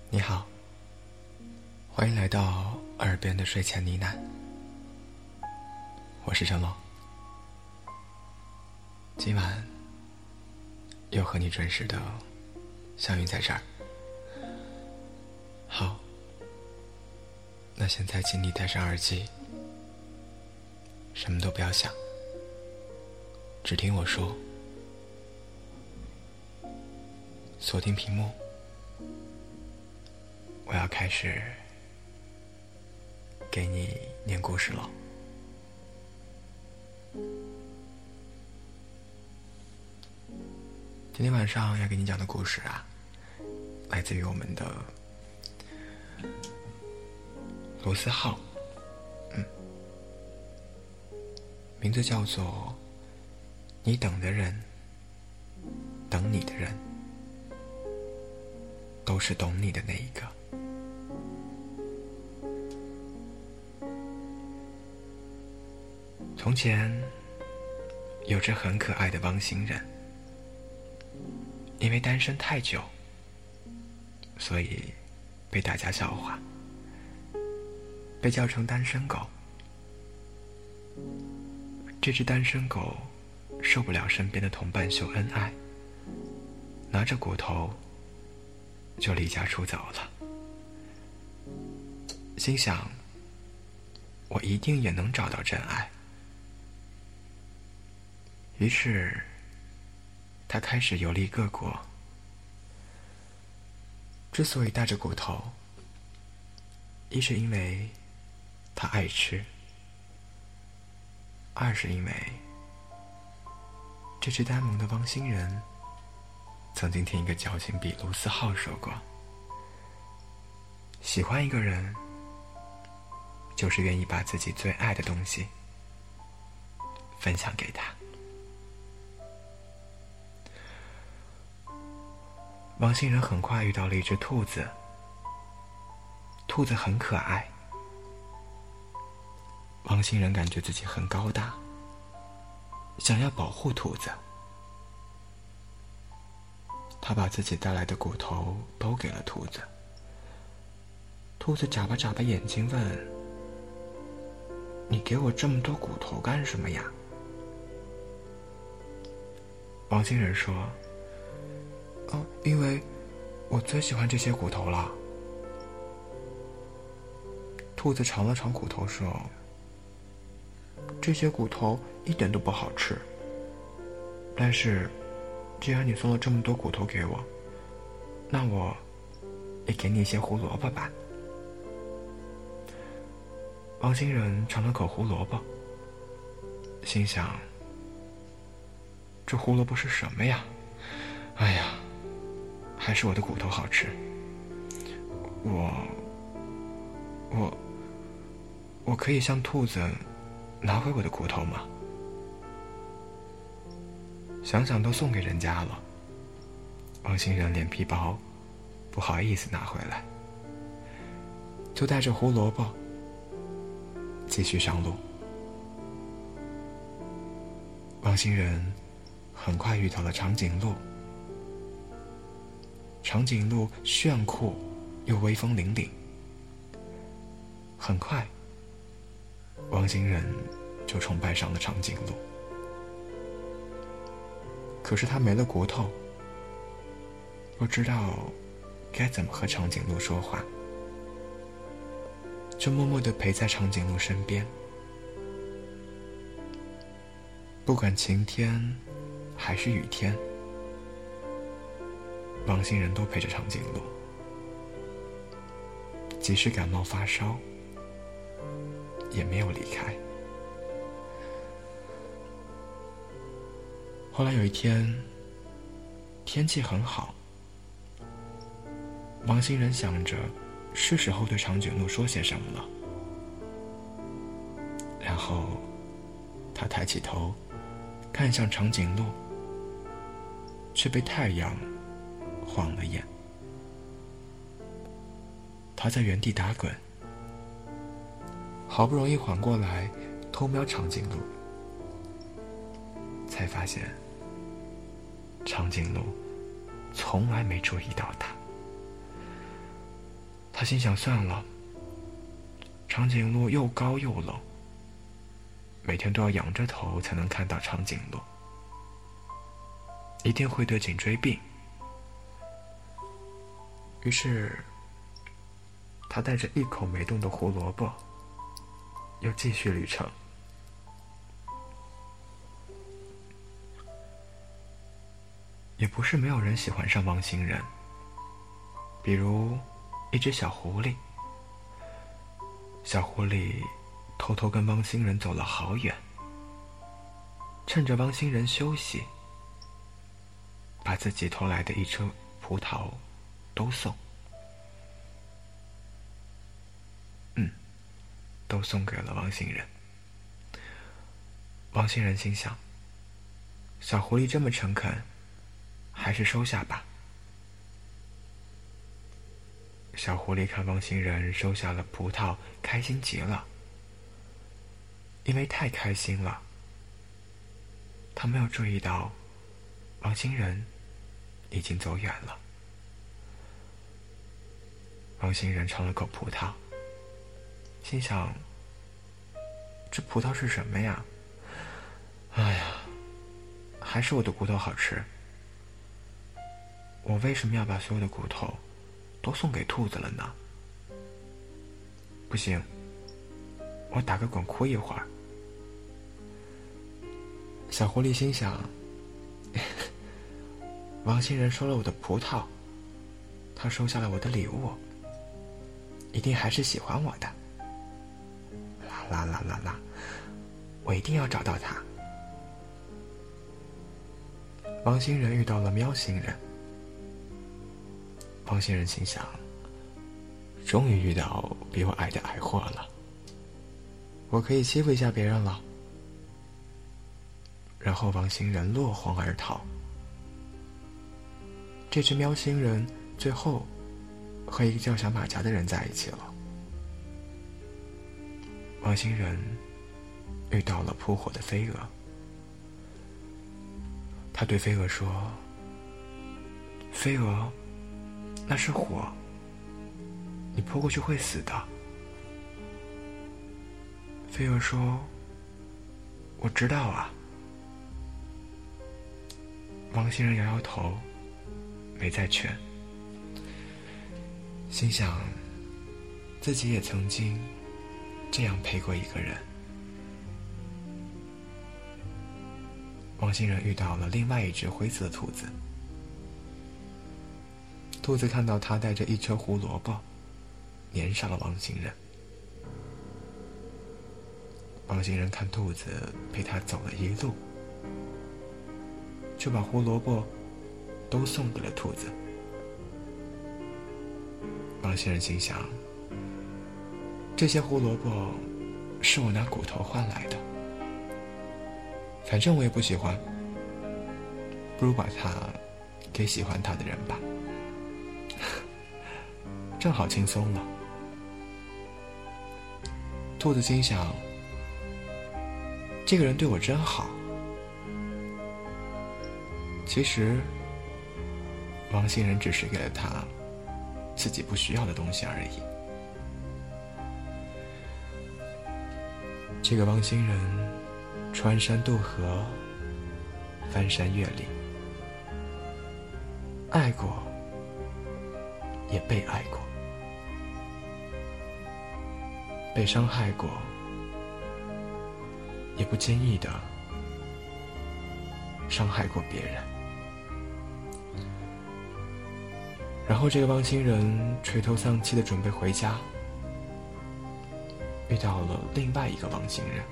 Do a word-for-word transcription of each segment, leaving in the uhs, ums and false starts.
你好，欢迎来到耳边的睡前呢喃，我是陈龙。今晚又和你准时的相遇在这儿。好，那现在请你戴上耳机，什么都不要想，只听我说，锁定屏幕，我要开始给你念故事了。今天晚上要给你讲的故事啊，来自于我们的罗斯浩，嗯，名字叫做你等的人，等你的人，都是懂你的那一个。从前有着很可爱的汪星人，因为单身太久，所以被大家笑话，被叫成单身狗。这只单身狗受不了身边的同伴秀恩爱，拿着骨头就离家出走了，心想我一定也能找到真爱。于是他开始游历各国。之所以带着骨头，一是因为他爱吃，二是因为这只呆萌的汪星人曾经听一个矫情比卢斯浩说过，喜欢一个人就是愿意把自己最爱的东西分享给他。汪星人很快遇到了一只兔子，兔子很可爱。汪星人感觉自己很高大，想要保护兔子。他把自己带来的骨头都给了兔子。兔子眨巴眨巴眼睛问：你给我这么多骨头干什么呀？汪星人说：哦，因为我最喜欢这些骨头了。兔子尝了尝骨头说：这些骨头一点都不好吃，但是既然你送了这么多骨头给我，那我也给你一些胡萝卜吧。汪星人尝了口胡萝卜，心想：这胡萝卜是什么呀？哎呀，还是我的骨头好吃。我我我可以向兔子拿回我的骨头吗？想想都送给人家了，汪星人脸皮薄，不好意思拿回来，就带着胡萝卜继续上路。汪星人很快遇到了长颈鹿。长颈鹿炫酷又威风凛凛，很快汪星人就崇拜上了长颈鹿。可是他没了骨头，不知道该怎么和长颈鹿说话，就默默地陪在长颈鹿身边。不管晴天还是雨天，汪星人都陪着长颈鹿，即使感冒发烧，也没有离开。后来有一天，天气很好，汪星人想着是时候对长颈鹿说些什么了。然后他抬起头看向长颈鹿，却被太阳晃了眼。他在原地打滚，好不容易缓过来偷瞄长颈鹿，才发现长颈鹿从来没注意到他。 他心想算了，长颈鹿又高又冷，每天都要仰着头才能看到长颈鹿，一定会得颈椎病。于是他带着一口没动的胡萝卜又继续旅程。也不是没有人喜欢上汪星人，比如一只小狐狸。小狐狸偷偷跟汪星人走了好远，趁着汪星人休息，把自己偷来的一车葡萄都送，嗯，都送给了汪星人。汪星人心想，小狐狸这么诚恳，还是收下吧。小狐狸看汪星人收下了葡萄，开心极了。因为太开心了，他没有注意到汪星人已经走远了。汪星人尝了口葡萄，心想，这葡萄是什么呀？哎呀，还是我的骨头好吃。我为什么要把所有的骨头都送给兔子了呢？不行，我打个滚哭一会儿。小狐狸心想，汪星人收了我的葡萄，他收下了我的礼物，一定还是喜欢我的。啦啦啦啦啦，我一定要找到他。汪星人遇到了喵星人。汪星人心想，终于遇到比我矮的矮货了，我可以欺负一下别人了。然后汪星人落荒而逃。这只喵星人最后和一个叫小马甲的人在一起了。汪星人遇到了扑火的飞蛾，他对飞蛾说，飞蛾，那是火，你扑过去会死的。飞蛾说，我知道啊。汪星人摇摇头，没再劝，心想自己也曾经这样陪过一个人。汪星人遇到了另外一只灰色的兔子。兔子看到他带着一车胡萝卜，粘上了汪星人。汪星人看兔子陪他走了一路，就把胡萝卜都送给了兔子。汪星人心想，这些胡萝卜是我拿骨头换来的，反正我也不喜欢，不如把它给喜欢它的人吧，正好轻松了。兔子心想，这个人对我真好。其实汪星人只是给了他自己不需要的东西而已。这个汪星人穿山渡河，翻山越岭，爱过也被爱过，被伤害过，也不经意的伤害过别人。然后这个汪星人垂头丧气的准备回家，遇到了另外一个汪星人。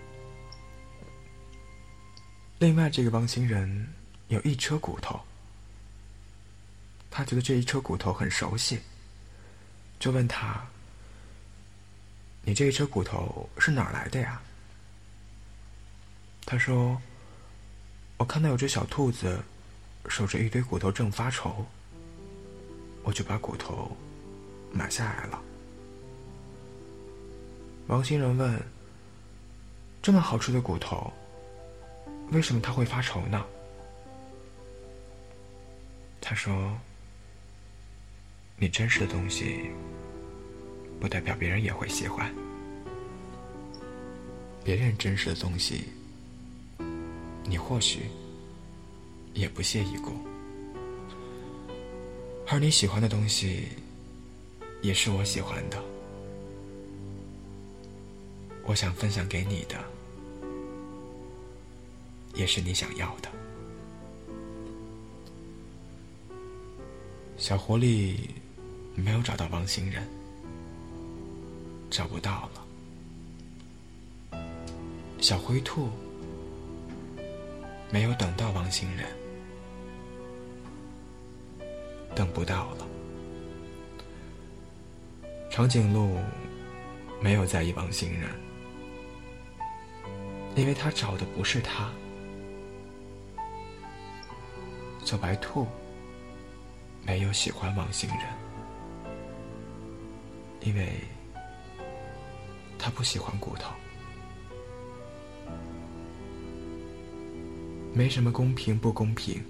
另外这个汪星人有一车骨头，他觉得这一车骨头很熟悉，就问他，你这一车骨头是哪儿来的呀？他说，我看到有只小兔子守着一堆骨头正发愁，我就把骨头买下来了。汪星人问，这么好吃的骨头，为什么它会发愁呢？他说，你真实的东西不代表别人也会喜欢。别人真实的东西，你或许也不屑一顾，而你喜欢的东西，也是我喜欢的。我想分享给你的，也是你想要的。小狐狸没有找到汪星人，找不到了。小灰兔没有等到汪星人，等不到了。长颈鹿没有在意汪星人，因为他找的不是他。小白兔没有喜欢汪星人，因为他不喜欢骨头。没什么公平不公平，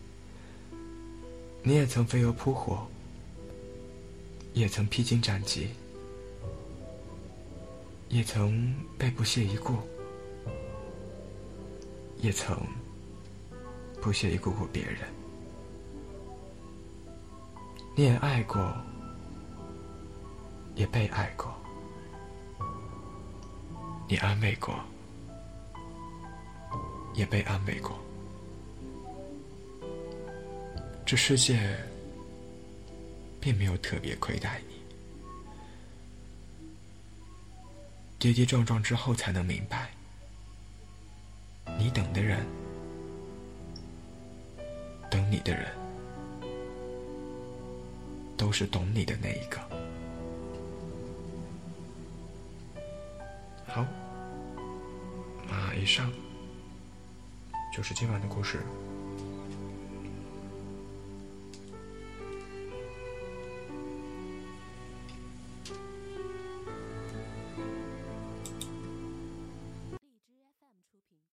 你也曾飞蛾扑火，也曾披荆斩棘，也曾被不屑一顾，也曾不屑一顾过别人。你也爱过，也被爱过，你安慰过，也被安慰过。这世界并没有特别亏待你，跌跌撞撞之后才能明白，你等的人，等你的人，都是懂你的那一个。好，那以上就是今晚的故事。